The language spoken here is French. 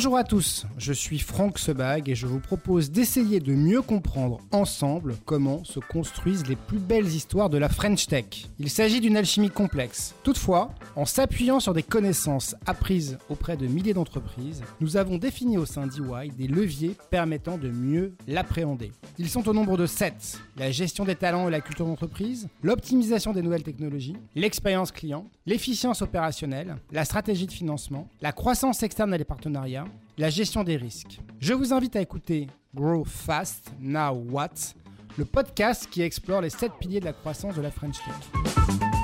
Bonjour à tous, je suis Franck Sebag et je vous propose d'essayer de mieux comprendre ensemble comment se construisent les plus belles histoires de la French Tech. Il s'agit d'une alchimie complexe. Toutefois, en s'appuyant sur des connaissances apprises auprès de milliers d'entreprises, nous avons défini au sein d'EY des leviers permettant de mieux l'appréhender. Ils sont au nombre de 7. La gestion des talents et la culture d'entreprise, l'optimisation des nouvelles technologies, l'expérience client, l'efficience opérationnelle, la stratégie de financement, la croissance externe et les partenariats, la gestion des risques. Je vous invite à écouter Grow Fast, Now What, le podcast qui explore les 7 piliers de la croissance de la French Tech.